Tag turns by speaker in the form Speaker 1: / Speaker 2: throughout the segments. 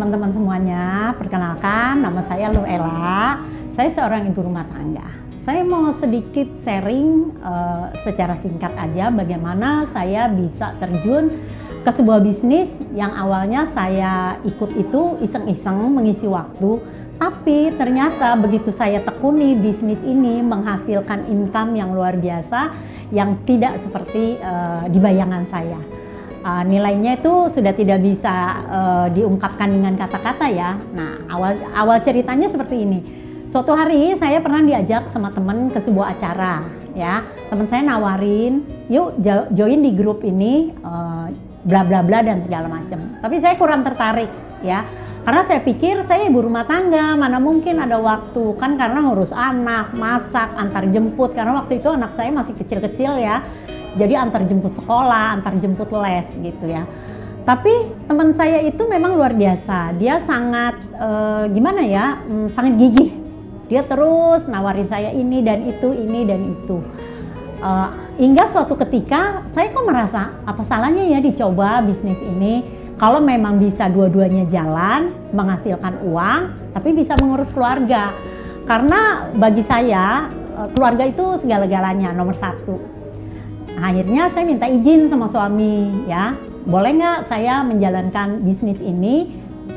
Speaker 1: teman-teman semuanya, perkenalkan nama saya Luella. Saya seorang ibu rumah tangga. Saya mau sedikit sharing secara singkat aja bagaimana saya bisa terjun ke sebuah bisnis yang awalnya saya ikut itu iseng-iseng mengisi waktu. Tapi ternyata begitu saya tekuni bisnis ini menghasilkan income yang luar biasa yang tidak seperti di bayangan saya. Nilainya itu sudah tidak bisa diungkapkan dengan kata-kata ya. Nah, awal ceritanya seperti ini. Suatu hari saya pernah diajak sama teman ke sebuah acara ya. Teman saya nawarin, "Yuk join di grup ini bla bla bla dan segala macam." Tapi saya kurang tertarik ya. Karena saya pikir saya ibu rumah tangga, mana mungkin ada waktu kan karena ngurus anak, masak, antar jemput karena waktu itu anak saya masih kecil-kecil ya. Jadi antar jemput sekolah, antar jemput les gitu ya. Tapi teman saya itu memang luar biasa. Dia sangat gimana ya, sangat gigih. Dia terus nawarin saya ini dan itu, ini dan itu. Hingga suatu ketika saya kok merasa apa salahnya ya dicoba bisnis ini. Kalau memang bisa dua-duanya jalan, menghasilkan uang, tapi bisa mengurus keluarga. Karena bagi saya keluarga itu segala-galanya, nomor satu. Akhirnya saya minta izin sama suami ya, boleh nggak saya menjalankan bisnis ini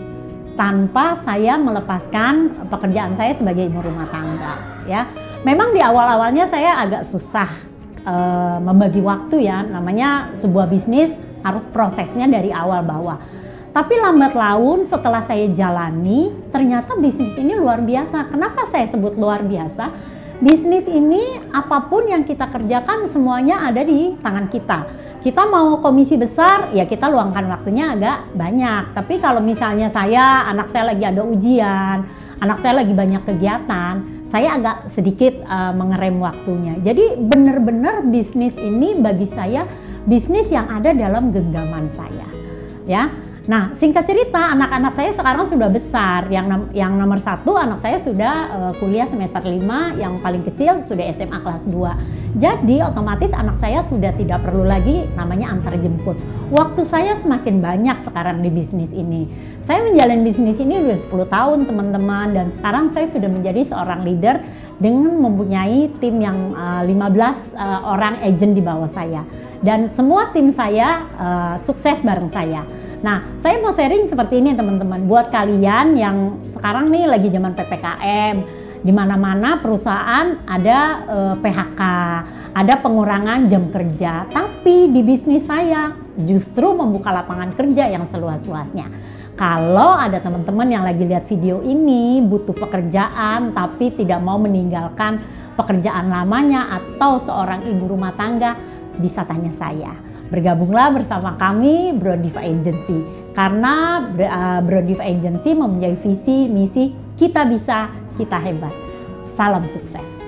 Speaker 1: tanpa saya melepaskan pekerjaan saya sebagai ibu rumah tangga ya. Memang di awal-awalnya saya agak susah membagi waktu ya, namanya sebuah bisnis harus prosesnya dari awal bawah. Tapi lambat laun setelah saya jalani, ternyata bisnis ini luar biasa. Kenapa saya sebut luar biasa? Bisnis ini apapun yang kita kerjakan semuanya ada di tangan kita. Kita mau komisi besar, ya kita luangkan waktunya agak banyak. Tapi kalau misalnya anak saya lagi ada ujian, anak saya lagi banyak kegiatan, saya agak sedikit mengerem waktunya. Jadi benar-benar bisnis ini bagi saya bisnis yang ada dalam genggaman saya. Ya. Nah, singkat cerita, anak-anak saya sekarang sudah besar. Yang nomor satu anak saya sudah kuliah semester 5, yang paling kecil sudah SMA kelas 2. Jadi otomatis anak saya sudah tidak perlu lagi namanya antar jemput. Waktu saya semakin banyak sekarang di bisnis ini. Saya menjalani bisnis ini sudah 10 tahun teman-teman, dan sekarang saya sudah menjadi seorang leader dengan mempunyai tim yang 15 orang agent di bawah saya. Dan semua tim saya sukses bareng saya. Nah, saya mau sharing seperti ini teman-teman. Buat kalian yang sekarang nih lagi zaman PPKM, di mana-mana perusahaan ada PHK, ada pengurangan jam kerja. Tapi di bisnis saya justru membuka lapangan kerja yang seluas-luasnya. Kalau ada teman-teman yang lagi lihat video ini butuh pekerjaan tapi tidak mau meninggalkan pekerjaan lamanya atau seorang ibu rumah tangga, bisa tanya saya. Bergabunglah bersama kami Brodiva Agency karena Brodiva Agency mempunyai visi misi kita bisa, kita hebat. Salam sukses.